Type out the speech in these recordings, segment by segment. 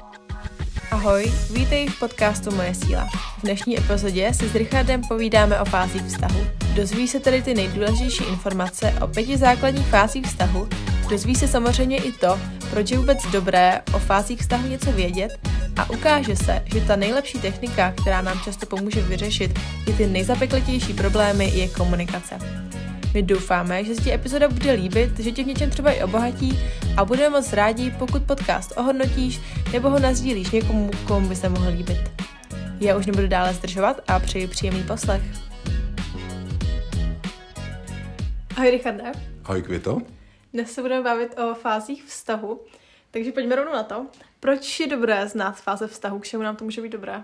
Ahoj, vítej v podcastu Moje síla. V dnešní epizodě si s Richardem povídáme o fázích vztahu. Dozví se tedy ty nejdůležitější informace o 5 základních fázích vztahu. Dozví se samozřejmě i to, proč je vůbec dobré o fázích vztahu něco vědět a ukáže se, že ta nejlepší technika, která nám často pomůže vyřešit i ty nejzapeklitější problémy, je komunikace. My doufáme, že se ti epizoda bude líbit, že tě v něčem třeba i obohatí a budeme moc rádi, pokud podcast ohodnotíš nebo ho nasdílíš někomu, komu by se mohl líbit. Já už nebudu dále zdržovat a přeji příjemný poslech. Ahoj Richarde. Ahoj Květo. Dnes se budeme bavit o fázích vztahu, takže pojďme rovnou na to. Proč je dobré znát fáze vztahu, k čemu nám to může být dobré?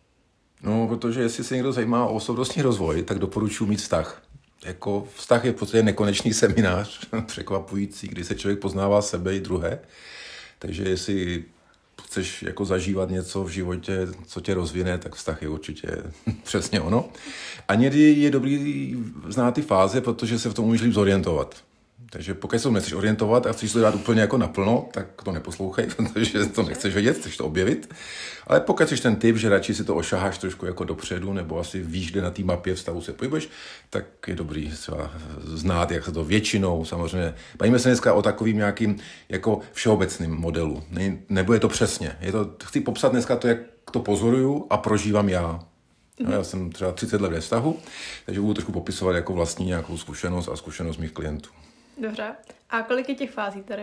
No, protože jestli se někdo zajímá o osobnostní rozvoj, tak doporučuji mít vztah. Jako vztah je v podstatě nekonečný seminář, překvapující, kdy se člověk poznává sebe i druhé. Takže jestli chceš jako zažívat něco v životě, co tě rozvine, tak vztah je určitě přesně ono. A někdy je dobrý znát ty fáze, protože se v tom můžeš líp zorientovat. Takže pokud se nechceš orientovat a chceš to dát úplně jako naplno, tak to neposlouchej, protože to nechceš vědět, chceš to objevit. Ale pokud jsi ten typ, že radši si to ošaháš trošku jako dopředu, nebo asi víš, kde na té mapě vztahu se pohybuješ, tak je dobrý znát, jak se to většinou samozřejmě. Bavíme se dneska o takovým nějakým jako všeobecným modelu. Nebude to přesně. Chci popsat dneska to, jak to pozoruju a prožívám já. No, já jsem třeba 30 let ve vztahu, takže budu trošku popisovat jako vlastní nějakou zkušenost a zkušenost mých klientů. Dobře. A kolik je těch fází tady?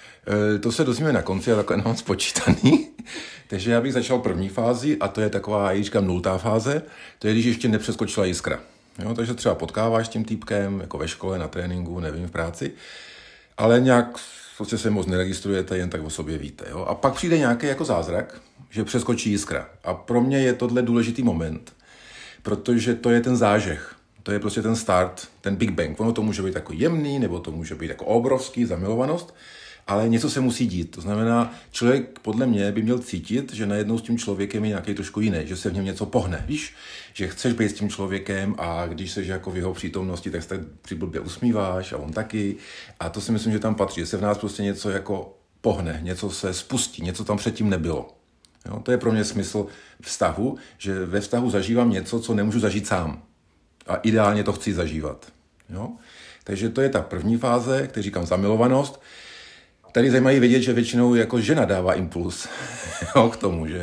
To se dozvíme na konci, a takhle nemám spočítaný. Takže já bych začal první fázi a to je taková, já říkám, 0. fáze. To je, když ještě nepřeskočila jiskra. Jo, takže třeba potkáváš s tím týpkem, jako ve škole, na tréninku, nevím, v práci, ale nějak prostě se moc neregistrujete, jen tak o sobě víte. Jo? A pak přijde nějaký jako zázrak, že přeskočí jiskra. A pro mě je tohle důležitý moment, protože to je ten zážeh. To je prostě ten start, ten Big Bang. Ono to může být jako jemný, nebo to může být jako obrovský, zamilovanost, ale něco se musí dít. To znamená, člověk podle mě by měl cítit, že najednou s tím člověkem je nějaký trošku jiný, že se v něm něco pohne. Víš, že chceš být s tím člověkem a když seš jako v jeho přítomnosti, tak se tak přiblbě usmíváš a on taky. A to si myslím, že tam patří, že se v nás prostě něco jako pohne, něco se spustí, něco tam předtím nebylo. Jo? To je pro mě smysl vztahu, že ve vztahu zažívám něco, co nemůžu zažít sám. A ideálně to chci zažívat. Jo? Takže to je ta první fáze, který říkám zamilovanost. Tady zajímají vědět, že většinou jako žena dává impuls k tomu, že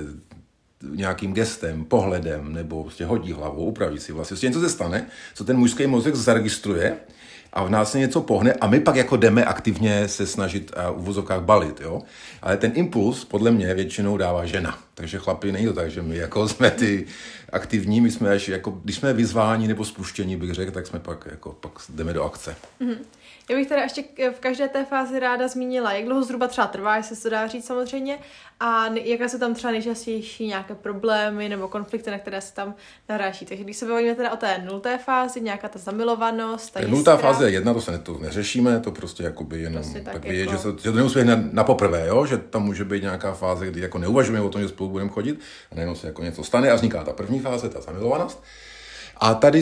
nějakým gestem, pohledem, nebo prostě hodí hlavou, upraví si vlastně. Něco se stane, co ten mužský mozek zaregistruje a v nás se něco pohne a my pak jako jdeme aktivně se snažit a v uvozovkách balit. Jo? Ale ten impuls podle mě většinou dává žena. Takže chlapi, není to tak, že my jako jsme ty aktivní, my jsme až jako, když jsme vyzváni nebo spuštění, bych řekl, tak jsme pak jdeme do akce. Mm-hmm. Já bych teda ještě v každé té fázi ráda zmínila, jak dlouho zhruba třeba trvá, jestli se to dá říct samozřejmě, a jaké jsou tam třeba nejčastější nějaké problémy nebo konflikty, na které se tam naráží. Takže když se bavíme teda o té 0. fázi, nějaká ta zamilovanost, ta 0. fáze je 1, to neřešíme, to prostě jakoby jenom prostě tak je, jako... že to nemusí na poprvé, jo? Že tam může být nějaká fáze, kdy jako neuvažujeme o tom, že spolu budeme chodit a najednou se jako něco stane a vzniká ta první fáze, ta zamilovanost. A tady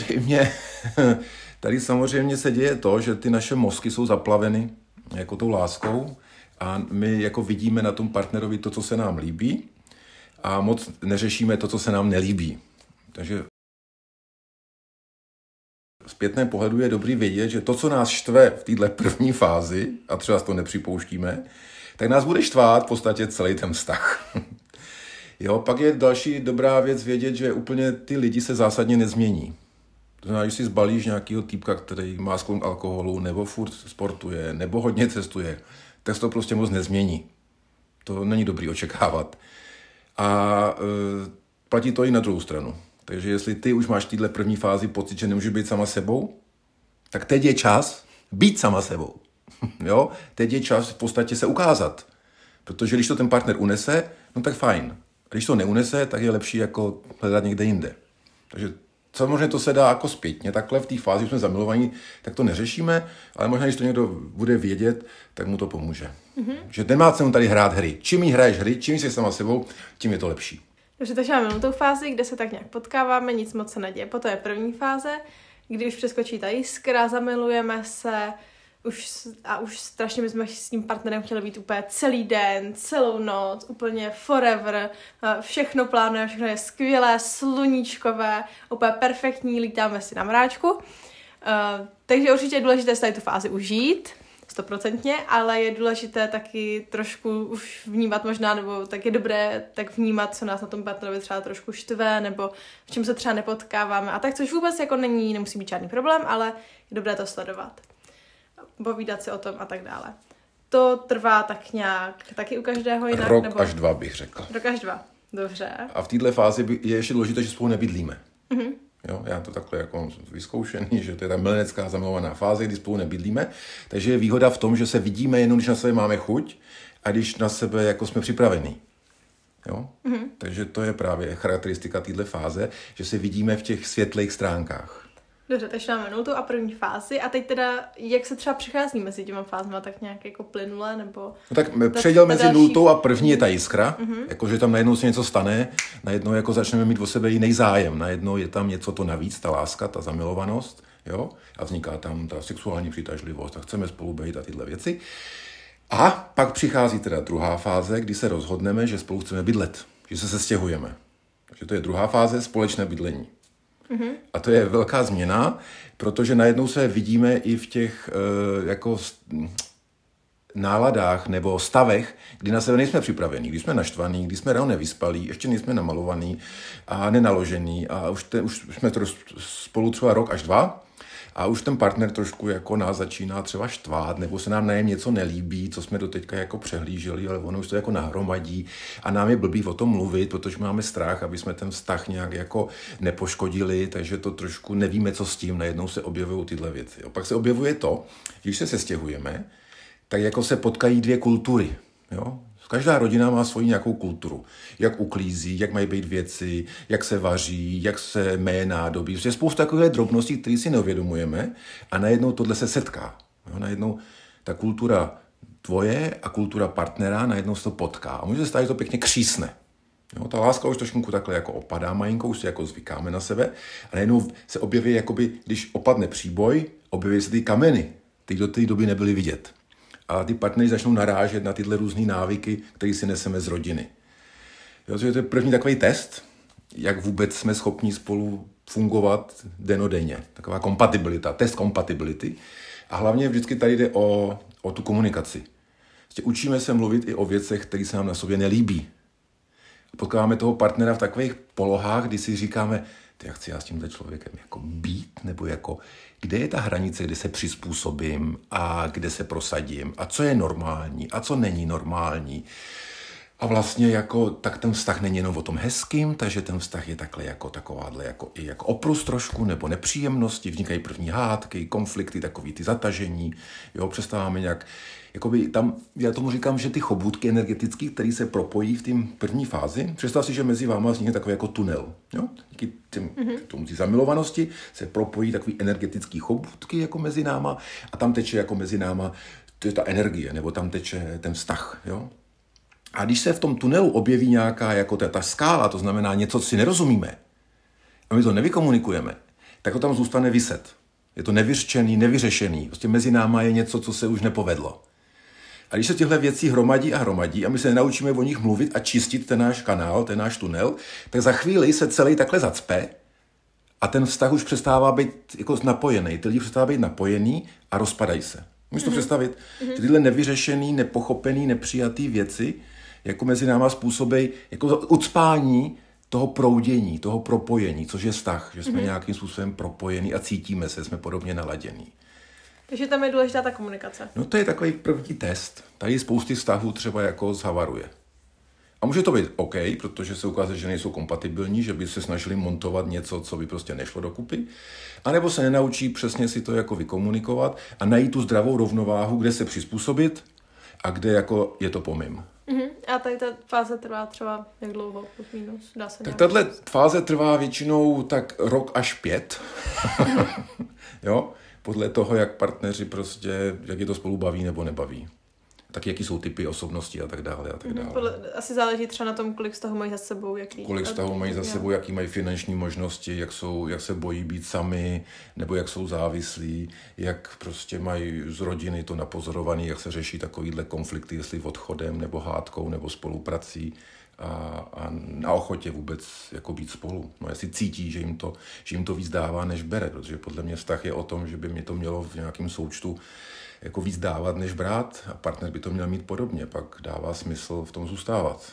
samozřejmě se děje to, že ty naše mozky jsou zaplaveny jako tou láskou a my jako vidíme na tom partnerovi to, co se nám líbí a moc neřešíme to, co se nám nelíbí. Takže v zpětném pohledu je dobrý vědět, že to, co nás štve v této první fázi, a třeba to nepřipouštíme, tak nás bude štvát v podstatě celý ten vztah. Jo, pak je další dobrá věc vědět, že úplně ty lidi se zásadně nezmění. To znamená, když si zbalíš nějakého týpka, který má sklon k alkoholu, nebo furt sportuje, nebo hodně cestuje, tak se to prostě moc nezmění. To není dobrý očekávat. A platí to i na druhou stranu. Takže jestli ty už máš v této první fázi pocit, že nemůžeš být sama sebou, tak teď je čas být sama sebou. Jo? Teď je čas v podstatě se ukázat. Protože když to ten partner unese, no tak fajn. A když to neunese, tak je lepší jako hledat někde jinde. Takže samozřejmě to se dá jako zpětně, takhle v té fázi, když jsme zamilovaní, tak to neřešíme, ale možná, když to někdo bude vědět, tak mu to pomůže. Mm-hmm. Že nemá cenu tady hrát hry. Čím jí hraješ hry, čím jsi sama sebou, tím je to lepší. Takže máme 0. fázi, kde se tak nějak potkáváme, nic moc se neděje. Potom je první fáze, kdy už přeskočí ta jiskra, zamilujeme se, už strašně bychom s tím partnerem chtěli být úplně celý den, celou noc, úplně forever, všechno plánujeme, všechno je skvělé, sluníčkové, úplně perfektní, lítáme si na mráčku. Takže určitě je důležité si tady tu fázi užít, 100%, ale je důležité taky trošku už vnímat možná, nebo tak je dobré tak vnímat, co nás na tom partnerovi třeba trošku štve, nebo v čem se třeba nepotkáváme a tak, což vůbec jako nemusí být žádný problém, ale je dobré to sledovat. Povídat si o tom a tak dále. To trvá tak nějak, taky u každého jinak? Rok nebo... až 2 bych řekl. Rok až 2, dobře. A v této fázi je ještě důležité, že spolu nebydlíme. Mm-hmm. Jo, já to takhle jako vyzkoušený, že to je ta milenecká zamilovaná fáze, kdy spolu nebydlíme. Takže je výhoda v tom, že se vidíme jenom, když na sebe máme chuť a když na sebe jako jsme připravení. Jo? Mm-hmm. Takže to je právě charakteristika této fáze, že se vidíme v těch světlých stránkách. Dobře, takže máme 0. a první fázi a teď teda, jak se třeba přichází mezi těma fázma, tak nějak jako plynule, nebo... No tak předěl mezi 0. a první je ta jiskra, jakože tam najednou se něco stane, najednou jako začneme mít o sebe jiný zájem, najednou je tam něco to navíc, ta láska, ta zamilovanost, jo, a vzniká tam ta sexuální přitažlivost a chceme spolu být a tyhle věci. A pak přichází teda druhá fáze, kdy se rozhodneme, že spolu chceme bydlet, že se sestěhujeme. Takže to je druhá fáze, společné bydlení. Mm-hmm. A to je velká změna, protože najednou se vidíme i v těch jako náladách nebo stavech, kdy na sebe nejsme připravení, kdy jsme naštvaní, kdy jsme ráno nevyspalí, ještě nejsme namalovaní a nenaložení a už jsme spolu třeba rok až 2 a už ten partner trošku jako nás začíná třeba štvát, nebo se nám najem něco nelíbí, co jsme doteďka jako přehlíželi, ale ono už to jako nahromadí a nám je blbý o tom mluvit, protože máme strach, aby jsme ten vztah nějak jako nepoškodili, takže to trošku nevíme, co s tím, najednou se objevují tyhle věci. Jo. Pak se objevuje to, když se sestěhujeme, tak jako se potkají 2 kultury, jo. Každá rodina má svoji nějakou kulturu. Jak uklízí, jak mají být věci, jak se vaří, jak se méje nádobí. Je spousta takových drobností, které si neuvědomujeme a najednou tohle se setká. Jo, najednou ta kultura tvoje a kultura partnera najednou se to potká. A může se stát, že to pěkně křísne. Jo, ta láska už trošku takhle jako opadá malinko, už si jako zvykáme na sebe a najednou se objeví, jakoby, když opadne příboj, objeví se ty kameny, které do té doby nebyly vidět. A ty partneři začnou narážet na tyhle různé návyky, které si neseme z rodiny. Jo, to je první takový test, jak vůbec jsme schopni spolu fungovat dennodenně. Taková kompatibilita, test kompatibility. A hlavně vždycky tady jde o tu komunikaci. Učíme se mluvit i o věcech, které se nám na sobě nelíbí. Potkáváme toho partnera v takových polohách, kdy si říkáme, jak chci já s tímhle člověkem jako být, nebo jako, kde je ta hranice, kde se přizpůsobím a kde se prosadím a co je normální a co není normální. A vlastně jako, tak ten vztah není jenom o tom hezkým, takže ten vztah je takhle jako takováhle jako i jako oprus trošku, nebo nepříjemnosti, vznikají první hádky, konflikty, takový ty zatažení, jo, přestáváme nějak, jakoby tam, já tomu říkám, že ty chobůtky energetické, které se propojí v té první fázi, představ si, že mezi váma vznikne takový jako tunel, jo, díky tomu zamilovanosti se propojí takový energetický chobůtky jako mezi náma a tam teče jako mezi náma, to je ta energie, nebo tam teče ten vztah, jo. A když se v tom tunelu objeví nějaká jako ta skála, to znamená něco, co si nerozumíme, a my to nevykomunikujeme, tak to tam zůstane viset. Je to nevyřčený, nevyřešený. Prostě mezi náma je něco, co se už nepovedlo. A když se těchto věcí hromadí a my se nenaučíme o nich mluvit a čistit ten náš kanál, ten náš tunel, tak za chvíli se celý takhle zacpe a ten vztah už přestává být jako napojený. Ty lidi přestává být napojený a rozpadají se. Můžeš to představit? Že tyhle nevyřešený, nepochopený, nepřijatý věci jako mezi náma způsobí jako ucpání toho proudění, toho propojení, což je vztah, že jsme nějakým způsobem propojení a cítíme se, jsme podobně naladění. Takže tam je důležitá ta komunikace. No to je takový první test. Tady spousty vztahů třeba jako zhavaruje. A může to být OK, protože se ukazuje, že nejsou kompatibilní, že by se snažili montovat něco, co by prostě nešlo dokupy. A nebo se nenaučí přesně si to jako vykomunikovat a najít tu zdravou rovnováhu, kde se přizpůsobit a kde jako je to pomim. A tady ta fáze trvá třeba jak dlouho, plus minus? Dá se tak tahle fáze trvá většinou tak rok až 5. Jo? Podle toho, jak partneři prostě, jak je to spolu baví nebo nebaví. taky jaký jsou typy osobnosti a tak dále a tak dále. Asi záleží třeba na tom, kolik vztahů mají za sebou, jaký mají finanční možnosti, jak se bojí být sami, nebo jak jsou závislí, jak prostě mají z rodiny to napozorovaný, jak se řeší takovýhle konflikty, jestli odchodem, nebo hádkou, nebo spoluprací a na ochotě vůbec jako být spolu. No, jestli cítí, že jim to víc dává, než bere, protože podle mě vztah je o tom, že by mě to mělo v nějakém součtu jako víc dávat, než brát, a partner by to měl mít podobně, pak dává smysl v tom zůstávat.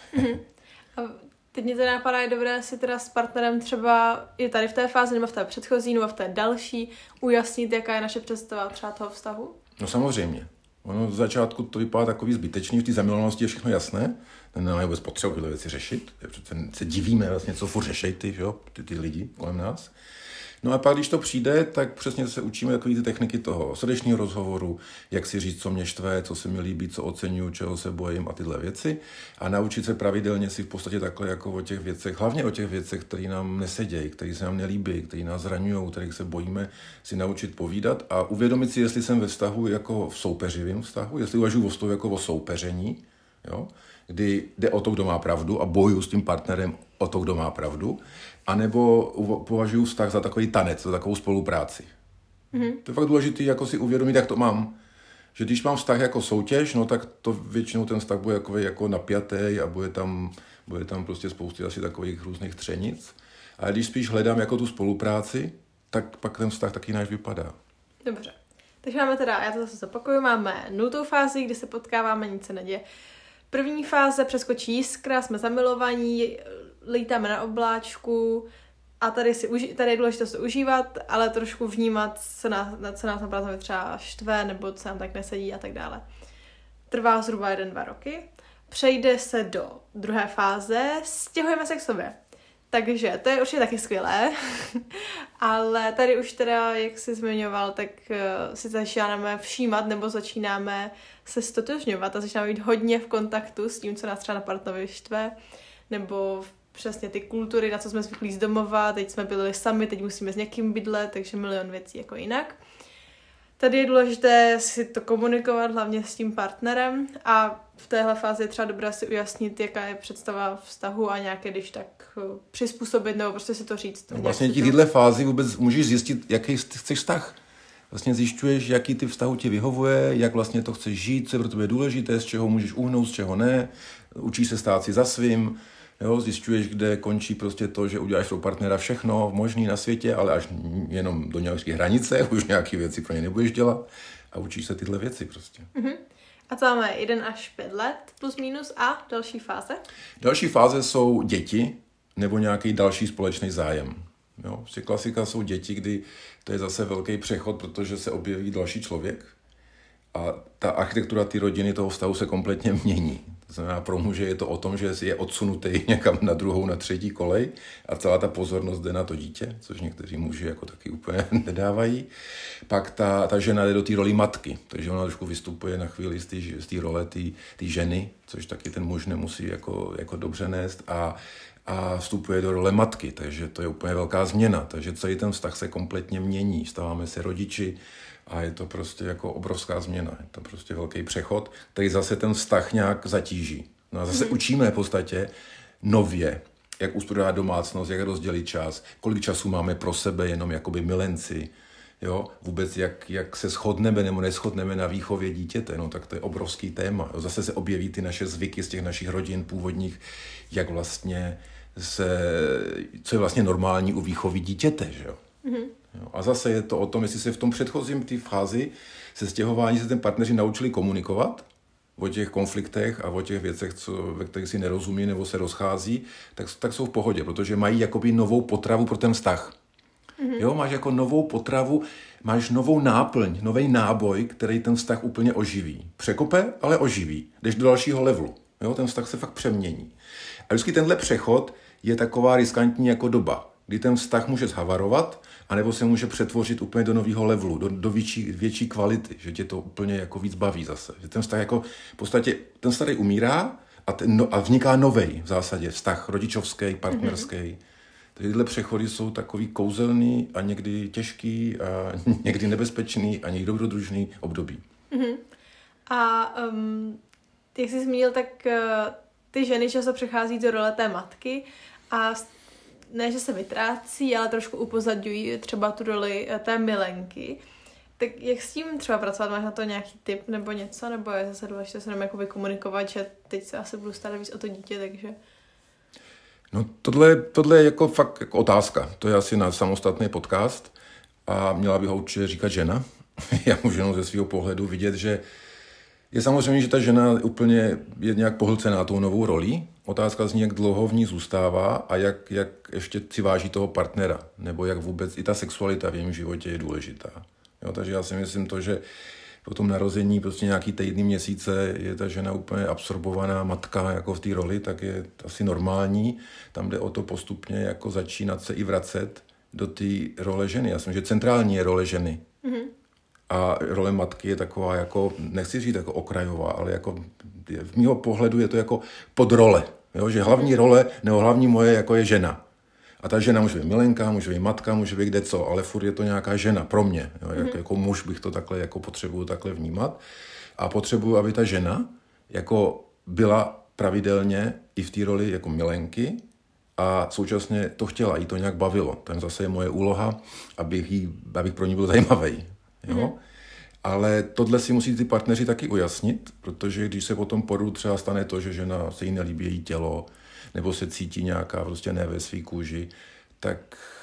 A teď mě teda napadá, je dobré si teda s partnerem třeba i tady v té fázi, nebo v té předchozí, nebo v té další, ujasnit, jaká je naše představa třeba toho vztahu? No samozřejmě. Ono v začátku to vypadá takový zbytečný, v té zamilovanosti je všechno jasné, nemáme vůbec potřebu tyhle věci řešit, přece se divíme vlastně, co furt řešej ty lidi kolem nás. No a pak, když to přijde, tak přesně se učíme takové ty techniky toho srdečního rozhovoru, jak si říct, co mě štve, co se mi líbí, co oceňuju, čeho se bojím a tyhle věci. A naučit se pravidelně si v podstatě takhle jako o těch věcech, hlavně o těch věcech, které nám nesedějí, které se nám nelíbí, které nás zraňují, kterých se bojíme, si naučit povídat a uvědomit si, jestli jsem ve vztahu jako v soupeřivém vztahu, jestli uvažuji o vztahu jako o soupeření, jo? Kdy jde o to, kdo má pravdu a bojuju s tím partnerem o to, kdo má pravdu, anebo považuji vztah za takový tanec, za takovou spolupráci. Mm-hmm. To je fakt důležité jako si uvědomit, jak to mám. Že když mám vztah jako soutěž, no tak to většinou ten vztah bude jako napjatý a bude tam prostě spousty asi takových různých třenic. A když spíš hledám jako tu spolupráci, tak pak ten vztah taky náš vypadá. Dobře. Takže máme teda, já to zase zopakuju, máme 0. fázi, kdy se potkáváme, nic se neděje. První fáze přeskočí jiskra, jsme zamilovaní, lítáme na obláčku a tady je důležité to užívat, ale trošku vnímat, co nás napravdu třeba štve, nebo co nám tak nesedí a tak dále. Trvá zhruba 1-2 roky. Přejde se do 2. fáze, stěhujeme se k sobě. Takže to je určitě taky skvělé, ale tady už teda, jak jsi zmiňoval, tak si začínáme všímat nebo začínáme se stotožňovat a začínáme být hodně v kontaktu s tím, co nás třeba na partnerovi štve, nebo přesně ty kultury, na co jsme zvyklí z domova, teď jsme bydleli sami, teď musíme s někým bydlet, takže milion věcí jako jinak. Tady je důležité si to komunikovat, hlavně s tím partnerem a v téhle fázi je třeba dobré si ujasnit, jaká je představa vztahu a nějaké, když tak přizpůsobit nebo prostě si to říct. No vlastně v této fázi vůbec můžeš zjistit, jaký chceš vztah. Vlastně zjišťuješ, jaký typ vztahu ti vyhovuje, jak vlastně to chceš žít, co je pro tebe důležité, z čeho můžeš uhnout, z čeho ne. Učíš se stát si za svým. Jo, zjišťuješ, kde končí prostě to, že uděláš pro partnera všechno možný na světě, ale až jenom do nějaké hranice, už nějaké věci pro ně nebudeš dělat a učíš se tyhle věci prostě. Mm-hmm. A co máme 1 až 5 let plus minus a další fáze? Další fáze jsou děti nebo nějaký další společný zájem. Jo, prostě klasika jsou děti, kdy to je zase velký přechod, protože se objeví další člověk a ta architektura té rodiny, toho vztahu se kompletně mění. To znamená, pro muže je to o tom, že je odsunutý někam na 2., na 3. kolej a celá ta pozornost jde na to dítě, což někteří muži jako taky úplně nedávají. Pak ta žena jde do té roli matky, takže ona trošku vystupuje na chvíli z té role té ženy, což taky ten muž nemusí jako dobře nést a vstupuje do role matky, takže to je úplně velká změna. Takže celý ten vztah se kompletně mění, stáváme se rodiči, a je to prostě jako obrovská změna. Je to prostě velký přechod, který zase ten vztah nějak zatíží. No a zase učíme v podstatě nově, jak uspořádat domácnost, jak rozdělit čas, kolik času máme pro sebe jenom jakoby milenci, jo? Vůbec jak se shodneme nebo neshodneme na výchově dítěte, no tak to je obrovský téma. Jo? Zase se objeví ty naše zvyky z těch našich rodin původních, jak vlastně co je vlastně normální u výchovy dítěte, že jo? Mm-hmm. Jo, a zase je to o tom, jestli se v tom předchozím té fázi se stěhování se ten partneři naučili komunikovat o těch konfliktech a o těch věcech, ve kterých si nerozumí nebo se rozchází, tak jsou v pohodě, protože mají jakoby novou potravu pro ten vztah. Mm-hmm. Jo, máš jako novou potravu, máš novou náplň, nový náboj, který ten vztah úplně oživí. Překope, ale oživí. Jdeš do dalšího levelu. Jo, ten vztah se fakt přemění. A vždycky tenhle přechod je taková riskantní jako doba, kdy ten vztah může zhavarovat, anebo se může přetvořit úplně do nového levelu, do větší kvality, že tě to úplně jako víc baví zase. Že ten vztah jako v podstatě, ten starý umírá a vzniká novej v zásadě, vztah rodičovský, partnerský. Mm-hmm. Tyhle přechody jsou takový kouzelný a někdy těžký a někdy nebezpečný a někdy dobrodružný období. Mm-hmm. A jak jsi zmínil, tak ty ženy často přechází do role té matky a ne, že se vytrácí, ale trošku upozadňují třeba tu roli té milenky. Tak jak s tím třeba pracovat? Máš na to nějaký tip nebo něco? Nebo je zase důležité se nám jako vykomunikovat, že teď se asi budu starat víc o to dítě, takže... No tohle je jako fakt jako otázka. To je asi na samostatný podcast a měla bych ho určitě říkat žena. Já můžu jenom ze svého pohledu vidět, že je samozřejmě, že ta žena úplně je nějak pohlcená tou novou rolí. Otázka zní, jak dlouho v ní zůstává a jak ještě si váží toho partnera. Nebo jak vůbec i ta sexualita v jejím životě je důležitá. Jo, takže já si myslím to, že po tom narození prostě nějaký týdny, měsíce je ta žena úplně absorbovaná matka jako v té roli, tak je asi normální. Tam jde o to postupně jako začínat se i vracet do té role ženy. Já myslím, že centrální je role ženy. Mm-hmm. A role matky je taková jako, nechci říct jako okrajová, ale jako v mýho pohledu je to jako podrole. Jo? Že hlavní role, nebo hlavní moje jako je žena. A ta žena může být milenka, může být matka, může být kde co, ale furt je to nějaká žena pro mě. Jo? Jako muž bych to takhle jako potřebuju takhle vnímat. A potřebuju, aby ta žena jako byla pravidelně i v té roli jako milenky a současně to chtěla, jí to nějak bavilo. Tam zase je moje úloha, abych pro ní byl zajímavý. Jo? Ale tohle si musí ty partneři taky ujasnit, protože když se potom porodu třeba stane to, že žena se jí nelíbí její tělo, nebo se cítí nějaká prostě ne ve svý kůži, tak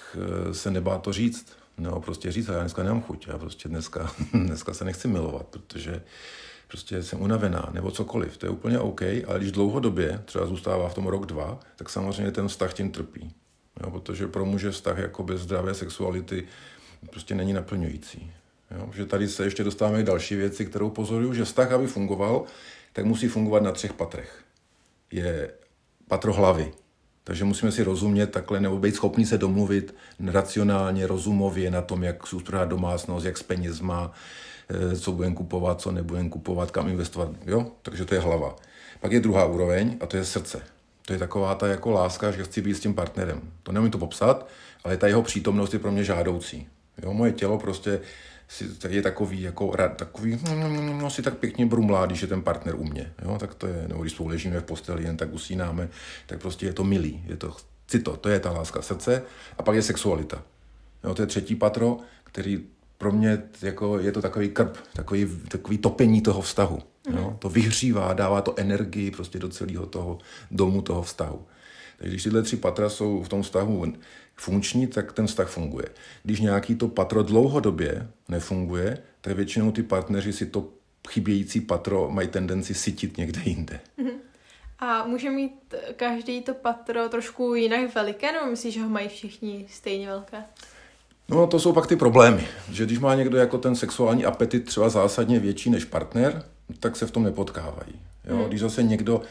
se nebá to říct. No, prostě říct, a já dneska nemám chuť, já prostě dneska se nechci milovat, protože prostě jsem unavená, nebo cokoliv. To je úplně OK, ale když dlouhodobě třeba zůstává v tom rok, 2, tak samozřejmě ten vztah tím trpí. Jo, protože pro muže vztah jako bez zdravé sexuality prostě není naplňující. Jo, že tady se ještě dostáváme k další věci, kterou pozoruju, že vztah, aby fungoval, tak musí fungovat na 3 patrech. Je patro hlavy. Takže musíme si rozumět takhle, nebo být schopni se domluvit racionálně, rozumově na tom, jak uspořádat domácnost, jak s penězma, co budeme kupovat, co nebudeme kupovat, kam investovat. Jo? Takže to je hlava. Pak je druhá úroveň a to je srdce. To je taková ta jako láska, že chci být s tím partnerem. To neumím to popsat, ale ta jeho přítomnost je pro mě žádoucí. Jo? Moje tělo prostě je takový, jako takový, no si tak pěkně brumlá, když je ten partner u mě. Jo? Tak to je, nebo když spolu ležíme v posteli, jen tak usínáme, tak prostě je to milý, je to cito, to je ta láska srdce. A pak je sexualita. Jo? To je 3. patro, který pro mě jako je to takový krb, takový topení toho vztahu. Jo? To vyhřívá, dává to energii prostě do celého toho domu, toho vztahu. Takže když tyhle 3 patra jsou v tom vztahu funkční, tak ten vztah funguje. Když nějaký to patro dlouhodobě nefunguje, tak většinou ty partneři si to chybějící patro mají tendenci sytit někde jinde. A může mít každý to patro trošku jinak veliké, nebo myslíš, že ho mají všichni stejně velké? No to jsou pak ty problémy, že když má někdo jako ten sexuální apetit třeba zásadně větší než partner, tak se v tom nepotkávají. Jo? Když zase někdo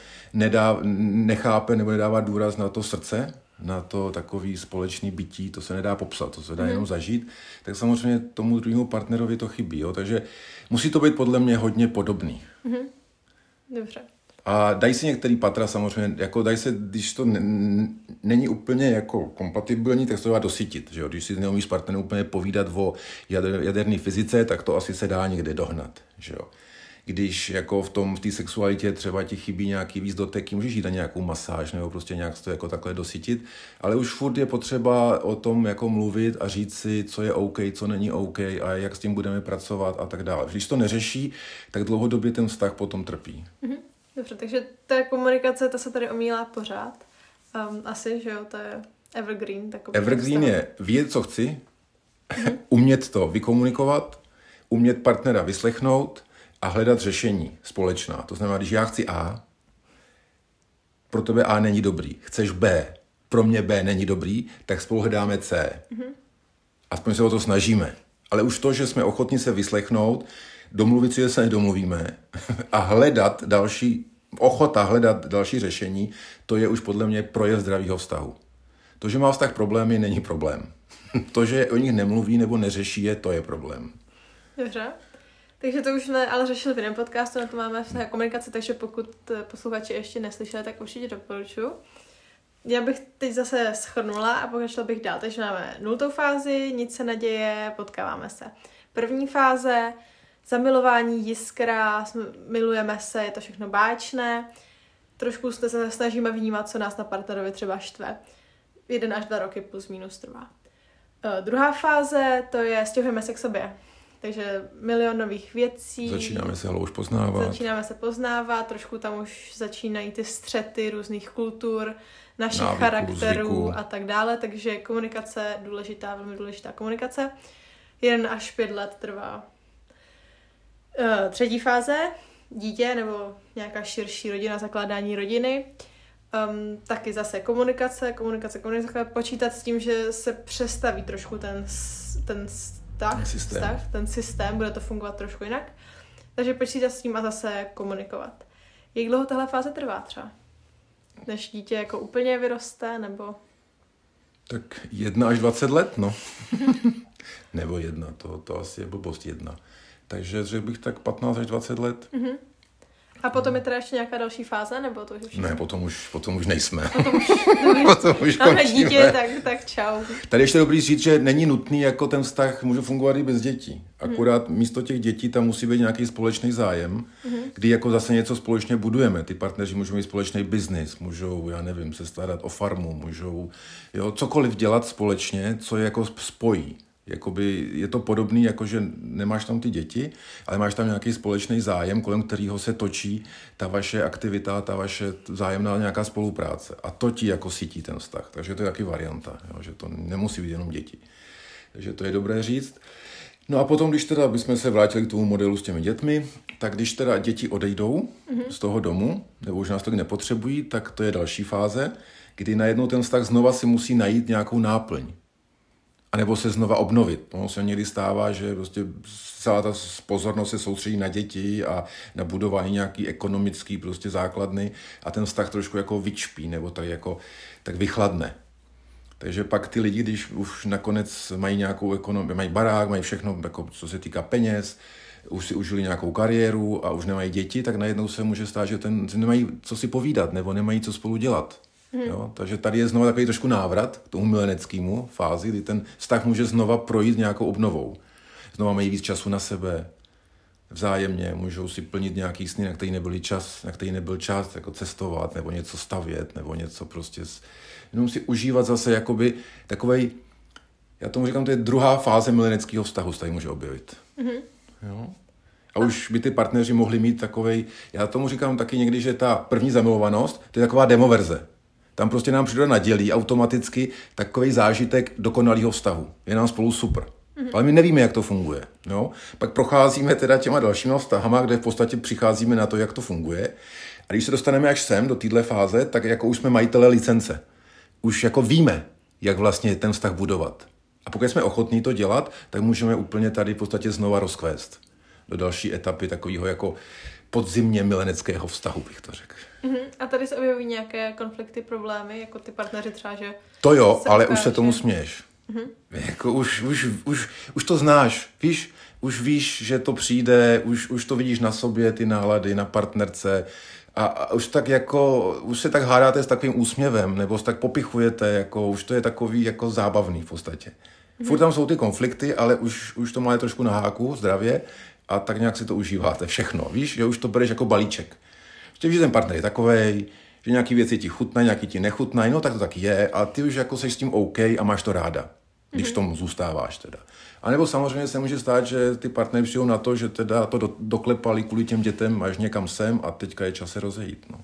nechápe nebo nedává důraz na to srdce, na to takový společný bytí, to se nedá popsat, to se dá jenom zažít, tak samozřejmě tomu druhému partnerovi to chybí. Jo? Takže musí to být podle mě hodně podobný. Dobře. A dají si některý patra samozřejmě, jako dají se, když to není úplně jako kompatibilní, tak se to dá dosytit. Že jo? Když si neumíš s partnerem úplně povídat o jaderné fyzice, tak to asi se dá někde dohnat. Že jo? Když jako v té sexualitě třeba ti chybí nějaký víc doteky, můžeš jít na nějakou masáž nebo prostě nějak to jako takhle dosytit, ale už furt je potřeba o tom jako mluvit a říct si, co je OK, co není OK a jak s tím budeme pracovat a tak dále. Když to neřeší, tak dlouhodobě ten vztah potom trpí. Dobře, takže ta komunikace, ta se tady omílá pořád. Asi, že jo, to je evergreen. Evergreen je vědět, co chci, umět to vykomunikovat, umět partnera vyslechnout a hledat řešení společná. To znamená, když já chci A, pro tebe A není dobrý. Chceš B, pro mě B není dobrý, tak spolu hledáme C. Aspoň se o to snažíme. Ale už to, že jsme ochotni se vyslechnout, domluvit si, že se nedomluvíme a hledat další řešení, to je už podle mě projev zdravého vztahu. To, že má vztah problémy, není problém. To, že o nich nemluví nebo neřeší, to je problém. Dobře. Takže to už jsme ale řešili v jiném podcastu, na to máme vztah a komunikace, takže pokud posluchači ještě neslyšeli, tak určitě doporučuji. Já bych teď zase shrnula a pokračovala bych dál. Takže máme 0. fázi, nic se neděje, potkáváme se. 1. fáze, zamilování, jiskra, milujeme se, je to všechno báječné. Trošku se snažíme vnímat, co nás na partnerovi třeba štve. 1 až 2 roky plus minus trvá. Druhá fáze, to je stěhujeme se k sobě. Takže milion nových věcí. Začínáme se už poznávat. Začínáme se poznávat, trošku tam už začínají ty střety různých kultur, našich návyků, charakterů zvyků a tak dále. Takže komunikace důležitá, velmi důležitá komunikace. 1 až 5 let trvá. Třetí fáze, dítě nebo nějaká širší rodina, zakládání rodiny. Taky zase komunikace, počítat s tím, že se přestaví trošku ten systém, bude to fungovat trošku jinak. Takže počítat s tím a zase komunikovat. Jak dlouho tahle fáze trvá třeba? Než dítě jako úplně vyroste, nebo? Tak 1 až 20 let, no. Nebo 1, to asi je blbost 1. Takže řekl bych tak 15 až 20 let. Mm-hmm. A potom je teda ještě nějaká další fáze, nebo to už je všechno? Ne, potom už nejsme. Potom už končíme. Dítě, tak čau. Tady ještě dobrý říct, že není nutný, jako ten vztah může fungovat i bez dětí. Akorát místo těch dětí tam musí být nějaký společný zájem, kdy jako zase něco společně budujeme. Ty partneři můžou mít společný biznis, můžou, já nevím, se starat o farmu, můžou cokoliv dělat společně, co je jako spojí. Jakoby je to podobný, jako že nemáš tam ty děti, ale máš tam nějaký společný zájem, kolem kterého se točí ta vaše aktivita, ta vaše vzájemná nějaká spolupráce. A to ti jako sytí ten vztah. Takže to je taky varianta, že to nemusí být jenom děti. Takže to je dobré říct. No a potom, když teda bychom se vrátili k tomu modelu s těmi dětmi, tak když teda děti odejdou z toho domu, nebo už nás tak nepotřebují, tak to je další fáze, kdy najednou ten vztah znova si musí najít nějakou náplň. A nebo se znova obnovit. Ono se někdy stává, že prostě celá ta pozornost se soustředí na děti a na budování nějaký ekonomický prostě základny a ten vztah trošku jako vyčpí nebo tak vychladne. Takže pak ty lidi, když už nakonec mají nějakou ekonomii, mají barák, mají všechno, jako co se týká peněz, už si užili nějakou kariéru a už nemají děti, tak najednou se může stát, že nemají co si povídat nebo nemají co spolu dělat. Jo, takže tady je znova takový trošku návrat k tomu mileneckému fázi, kdy ten vztah může znova projít nějakou obnovou. Znova mají víc času na sebe, vzájemně, můžou si plnit nějaký sny, na který nebyl čas, jako cestovat, nebo něco stavět, nebo něco prostě, jenom si užívat zase jakoby takovej, já tomu říkám, to je druhá fáze mileneckého vztahu, se tady může objevit. Jo? A už by ty partneři mohli mít takovej, já tomu říkám taky někdy, že ta první zamilovanost, to je taková demoverze. Tam prostě nám příroda nadělí automaticky takový zážitek dokonalého vztahu. Je nám spolu super. Ale my nevíme, jak to funguje. Jo? Pak procházíme teda těma dalšíma vztahama, kde v podstatě přicházíme na to, jak to funguje. A když se dostaneme až sem, do téhle fáze, tak jako už jsme majitelé licence. Už jako víme, jak vlastně ten vztah budovat. A pokud jsme ochotní to dělat, tak můžeme úplně tady v podstatě znova rozkvést do další etapy takového jako podzimně mileneckého vztahu, bych to řekl. A tady se objevují nějaké konflikty, problémy, jako ty partneři třeba, že... To jo, ale už se tomu směješ. Jako už to znáš, víš? Už víš, že to přijde, už to vidíš na sobě, ty nálady, na partnerce a už tak jako, už se tak hádáte s takovým úsměvem, nebo se tak popichujete, jako už to je takový jako zábavný v podstatě. Furt tam jsou ty konflikty, ale už to máte trošku na háku, zdravě, a tak nějak si to užíváte všechno, víš, že už to bereš jako balíček. Že ten partner je takovej, že nějaký věci ti chutnají, nějaký ti nechutnají, no tak to taky je, a ty už jako seš s tím OK a máš to ráda, když tomu zůstáváš teda. A nebo samozřejmě se může stát, že ty partneři přijdou na to, že teda to doklepali kvůli těm dětem až někam sem a teďka je čas se rozejít, no.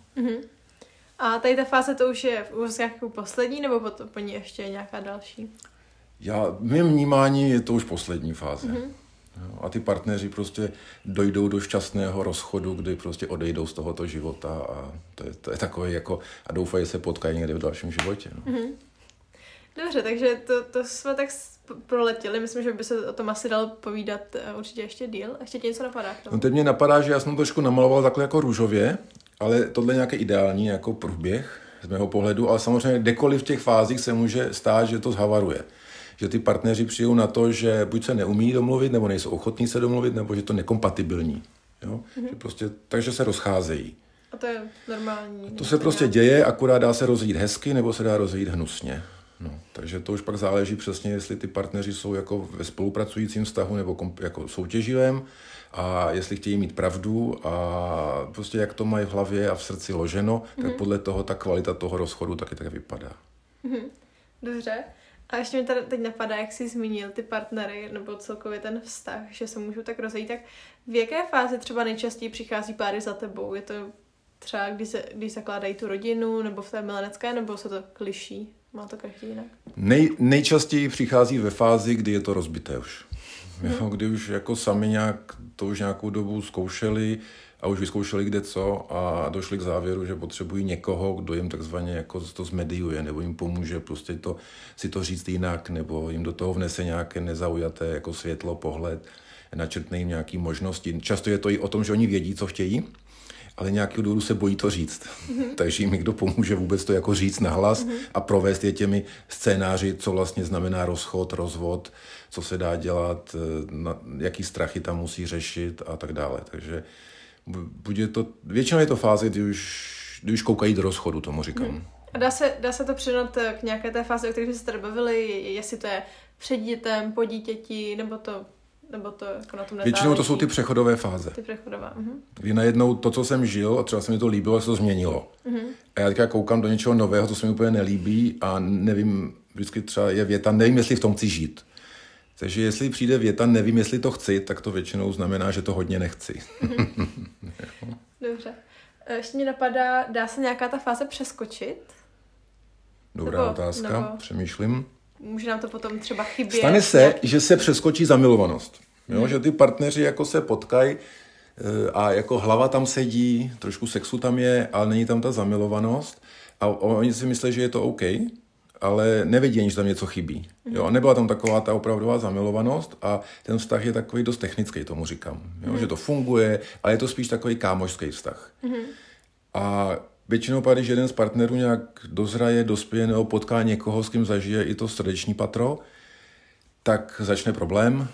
A tady ta fáze to už je v úvozkách poslední, nebo po ní ještě nějaká další? V mém vnímání je to už poslední fáze. A ty partneři prostě dojdou do šťastného rozchodu, kdy prostě odejdou z tohoto života a to je takové jako a doufají, že se potkají někde v dalším životě. No. Dobře, takže to jsme tak proletěli. Myslím, že by se o tom asi dalo povídat určitě ještě díl. Ještě ti něco napadá k tomu? No teď mě napadá, že já jsem to trošku namaloval takhle jako růžově, ale tohle je nějaký ideální jako průběh z mého pohledu, ale samozřejmě kdekoliv v těch fázích se může stát, že to zhavaruje. Že ty partneři přijdou na to, že buď se neumí domluvit, nebo nejsou ochotní se domluvit, nebo že to nekompatibilní. Jo? Že prostě, takže se rozcházejí. A to je normální. To se prostě děje, akorát dá se rozejít hezky, nebo se dá rozejít hnusně. No, takže to už pak záleží přesně, jestli ty partneři jsou jako ve spolupracujícím vztahu nebo jako soutěživém a jestli chtějí mít pravdu a prostě jak to mají v hlavě a v srdci loženo, tak podle toho ta kvalita toho rozchodu taky tak vypadá. Dobře. A ještě mi tady teď napadá, jak jsi zmínil ty partnery nebo celkově ten vztah, že se můžou tak rozejít, tak v jaké fázi třeba nejčastěji přichází páry za tebou? Je to třeba, když zakládají tu rodinu, nebo v té milenecké, nebo se to liší? Má to každý jinak? Nejčastěji přichází ve fázi, kdy je to rozbité už. Jo, kdy už jako sami to už nějakou dobu zkoušeli a už vyzkoušeli kde co a došli k závěru, že potřebují někoho, kdo jim takzvaně jako to zmediuje, nebo jim pomůže prostě si to říct jinak, nebo jim do toho vnese nějaké nezaujaté jako světlo, pohled, načrtne jim nějaké možnosti. Často je to i o tom, že oni vědí, co chtějí, ale nějakého důvodu se bojí to říct. Takže jim někdo pomůže vůbec to jako říct nahlas a provést je těmi scénáři, co vlastně znamená rozchod, rozvod, co se dá dělat, jaký strachy tam musí řešit a tak dále. Takže většinou je to fáze, kdy už koukají do rozchodu, tomu říkám. A dá se to přinat k nějaké té fázi, o které jsme se tady bavili, jestli to je před dítětem, po dítěti, nebo to jako na tom nezáleží? Většinou to jsou ty přechodové fáze. Ty přechodové. Kdy najednou to, co jsem žil, a třeba se mi to líbilo, se to změnilo. A já teďka koukám do něčeho nového, co se mi úplně nelíbí a nevím, vždycky třeba je věta, nevím, jestli v tom chci žít. Takže jestli přijde věta, nevím, jestli to chci, tak to většinou znamená, že to hodně nechci. Dobře. Ještě mě napadá, dá se nějaká ta fáze přeskočit? Dobrá otázka, přemýšlím. Může nám to potom třeba chybět? Stane se, že se přeskočí zamilovanost. Jo? Že ty partneři jako se potkají a jako hlava tam sedí, trošku sexu tam je, ale není tam ta zamilovanost a oni si myslí, že je to OK, ale nevědí, že tam něco chybí. Jo? Nebyla tam taková ta opravdová zamilovanost a ten vztah je takový dost technický, tomu říkám. Jo? Že to funguje, ale je to spíš takový kámošský vztah. A většinou pak, když jeden z partnerů nějak dozraje, dospěje nebo potká někoho, s kým zažije i to srdeční patro, tak začne problém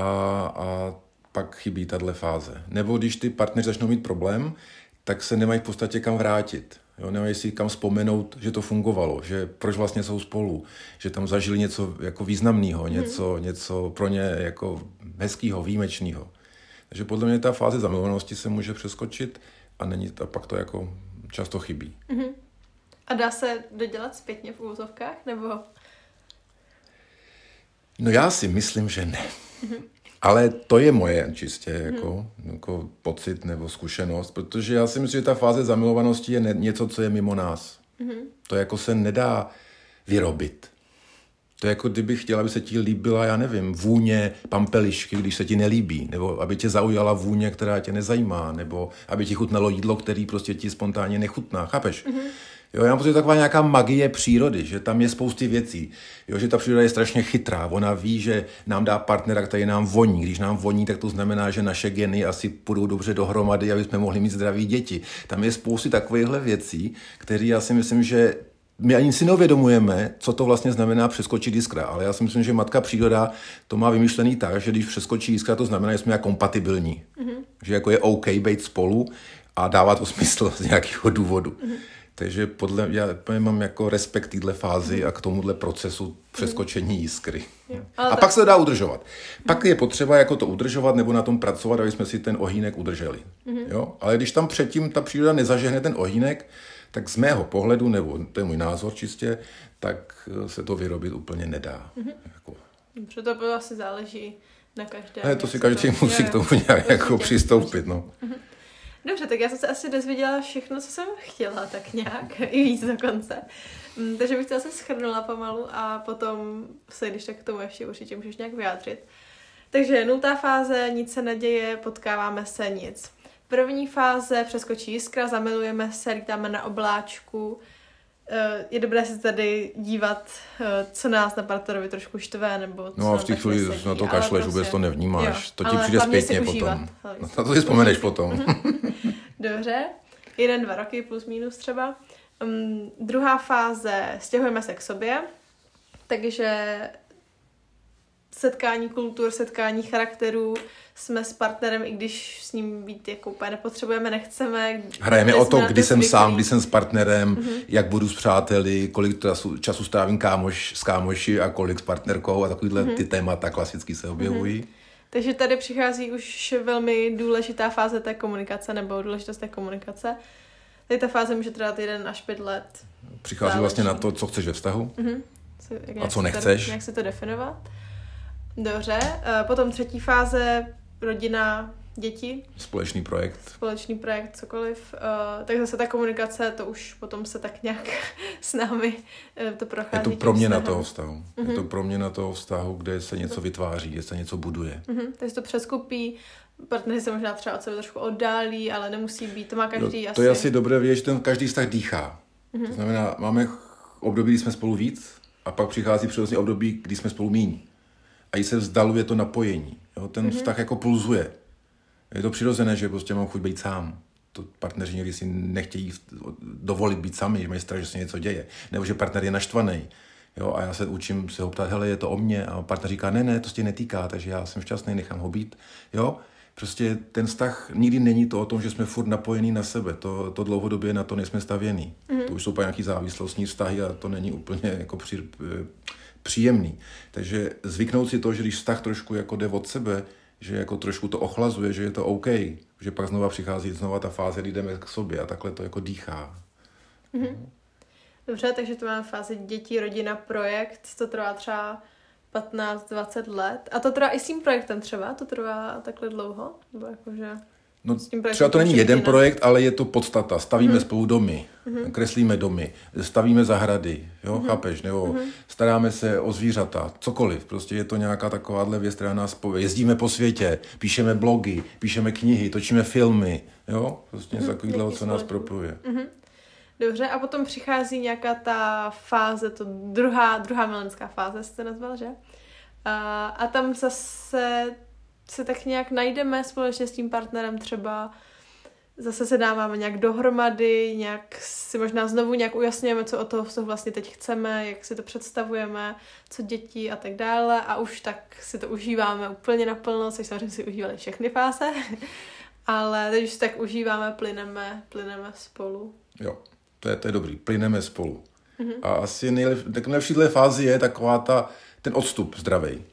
a pak chybí tato fáze. Nebo když ty partneři začnou mít problém, tak se nemají v podstatě kam vrátit. Jo? Nemají si kam vzpomenout, že to fungovalo, že proč vlastně jsou spolu, že tam zažili něco jako významného, něco pro ně jako hezkého, výjimečného. Takže podle mě ta fáze zamilovanosti se může přeskočit a pak to jako často chybí. A dá se dodělat zpětně v úvozovkách, nebo? No já si myslím, že ne. Ale to je moje čistě jako pocit nebo zkušenost, protože já si myslím, že ta fáze zamilovanosti je něco, co je mimo nás. To jako se nedá vyrobit. To je jako kdybych chtěla, aby se ti líbila, já nevím, vůně pampelišky, když se ti nelíbí, nebo aby tě zaujala vůně, která tě nezajímá, nebo aby ti chutnalo jídlo, který prostě ti spontánně nechutná, chápeš? Jo, já mám pocit, taková nějaká magie přírody, že tam je spousty věcí, jo, že ta příroda je strašně chytrá, ona ví, že nám dá partnera, který nám voní, když nám voní, tak to znamená, že naše geny asi půjdou dobře dohromady, aby jsme mohli mít zdraví děti. Tam je spousty takovýchhle věcí, které já si myslím, že my ani si neuvědomujeme, co to vlastně znamená přeskočit jiskra, ale já si myslím, že matka příroda to má vymyšlený tak, že když přeskočí jiskra, to znamená, že jsme jako kompatibilní. Že jako je OK být spolu a dává to smysl z nějakého důvodu. Takže já mám jako respekt téhle fázi a k tomuhle procesu přeskočení jiskry. A pak se to dá udržovat. Pak je potřeba jako to udržovat nebo na tom pracovat, aby jsme si ten ohýnek udrželi. Jo? Ale když tam předtím ta příroda nezažehne ten ohýnek, tak z mého pohledu, nebo to je můj názor čistě, tak se to vyrobit úplně nedá. Dobře, to asi záleží na každé. Ale to si každý musí k tomu nějak jako přistoupit. No. Dobře, tak já jsem se asi dozvěděla všechno, co jsem chtěla, tak nějak, i víc dokonce. Takže bych to asi shrnula pomalu a potom se, když tak k tomu ještě určitě můžeš nějak vyjádřit. Takže 0. fáze, nic se neděje, potkáváme se, nic. První fáze, přeskočí jiskra, zamilujeme se, lítáme na obláčku. Je dobré se tady dívat, co nás na partnerovi trošku štve, nebo co no a v té chvíli na to kašleš, vůbec to nevnímáš. To ti přijde zpětně potom. Na to si vzpomeneš potom. Dobře. 1-2 roky plus minus třeba. 2. fáze, stěhujeme se k sobě, takže setkání kultur, setkání charakterů, jsme s partnerem, i když s ním být jako úplně nepotřebujeme, nechceme. Hrajeme o to, kdy jsem sám, kdy jsem s partnerem, jak budu s přáteli, kolik času strávím s kámoši a kolik s partnerkou a takovýhle ty témata klasicky se objevují. Takže tady přichází už velmi důležitá fáze té komunikace, nebo důležitost té komunikace. Tady ta fáze může trvat 1 až 5 let. Přichází vlastně na to, co chceš ve vztahu a co nechceš. Jak se to definovat. Dobře, potom 3. fáze, rodina, děti. Společný projekt, cokoliv. Tak zase ta komunikace, to už potom se tak nějak s námi to prochází. Je to proměna toho vztahu. Je to proměna toho vztahu, kde se něco vytváří, kde se něco buduje. Takže to přeskupí, partneři se možná třeba od sebe trošku oddálí, ale nemusí být, to má každý asi. To je asi dobré vědět, že ten každý vztah dýchá. To znamená, máme období, kdy jsme spolu víc a pak přichází přirozeně období, kdy jsme spolu míň. A i se vzdaluje to napojení. Jo? Ten vztah jako pulzuje. Je to přirozené, že prostě mám chuť být sám. To partneři někdy si nechtějí dovolit být sami, že mají strach, že se něco děje. Nebo že partner je naštvaný. Jo? A já se učím se ho ptát, hele, je to o mně? A partner říká, ne, to se tě netýká, takže já jsem šťastný, nechám ho být. Jo? Prostě ten vztah nikdy není to o tom, že jsme furt napojení na sebe. To dlouhodobě na to nejsme stavěný. To už jsou pak nějaký závislostní vztahy a to není úplně jako příjemný. Takže zvyknout si to, že když vztah trošku jako jde od sebe, že jako trošku to ochlazuje, že je to OK, že pak přichází ta fáze, kdy jdeme k sobě a takhle to jako dýchá. Dobře, takže to máme fázi dětí, rodina, projekt, to trvá třeba 15-20 let. A to trvá i s tím projektem třeba? To trvá takhle dlouho? Nebo jakože... No, třeba to není jeden projekt, ale je to podstata. Stavíme spolu domy, kreslíme domy, stavíme zahrady, jo, chápeš? Nebo staráme se o zvířata, cokoliv. Prostě je to nějaká takováhle věc, která nás jezdíme po světě, píšeme blogy, píšeme knihy, točíme filmy, jo? Prostě něco takového, co nás propojuje. Dobře, a potom přichází nějaká ta fáze, to druhá milenská fáze, jste nazval, že? A tam zase se tak nějak najdeme společně s tím partnerem třeba, zase se dáváme nějak dohromady, nějak si možná znovu nějak ujasňujeme, co od toho vztahu vlastně teď chceme, jak si to představujeme, co děti a tak dále a už tak si to užíváme úplně naplno, což samozřejmě si užívali všechny fáze, ale teď už si tak užíváme, plyneme spolu. Jo, to je dobrý, plyneme spolu. A asi nejlepší fázi je taková ten odstup zdravej.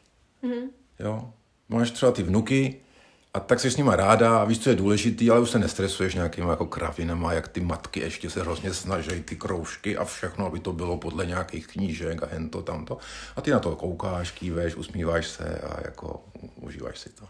Jo. Máš třeba ty vnuky a tak jsi s nima ráda a víš, co je důležitý, ale už se nestresuješ nějakýma jako kravinama, jak ty matky ještě se hrozně snaží ty kroužky a všechno, aby to bylo podle nějakých knížek a hento, tamto. A ty na to koukáš, kýveš, usmíváš se a jako užíváš si to.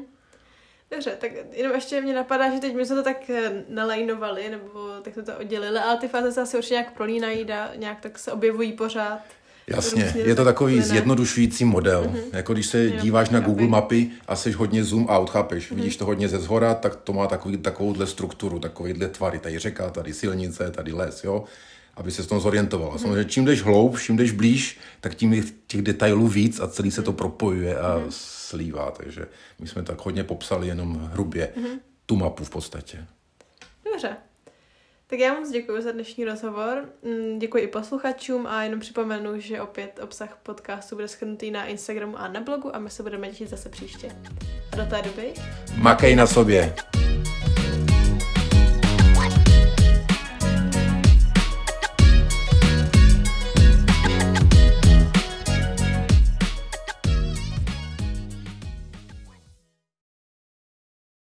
Dobře, tak jenom ještě mě napadá, že teď my jsme to tak nalajnovali, nebo tak jsme to oddělili, ale ty fáze se asi určitě nějak prolínají, nějak tak se objevují pořád. Jasně, je to takový zjednodušující model. Jako když se díváš na Google mapy a seš hodně zoom out, chápeš, vidíš to hodně ze zhora, tak to má takovouhle strukturu, takovýhle tvary, tady řeka, tady silnice, tady les, jo, aby se s tom zorientoval. Samozřejmě čím jdeš hloub, čím jdeš blíž, tak tím je těch detailů víc a celý se to propojuje a slívá, takže my jsme tak hodně popsali jenom hrubě tu mapu v podstatě. Dobře. Tak já moc děkuji za dnešní rozhovor, děkuji i posluchačům a jenom připomenu, že opět obsah podcastu bude shrnutý na Instagramu a na blogu a my se budeme těšit zase příště. A do té doby... Makej na sobě!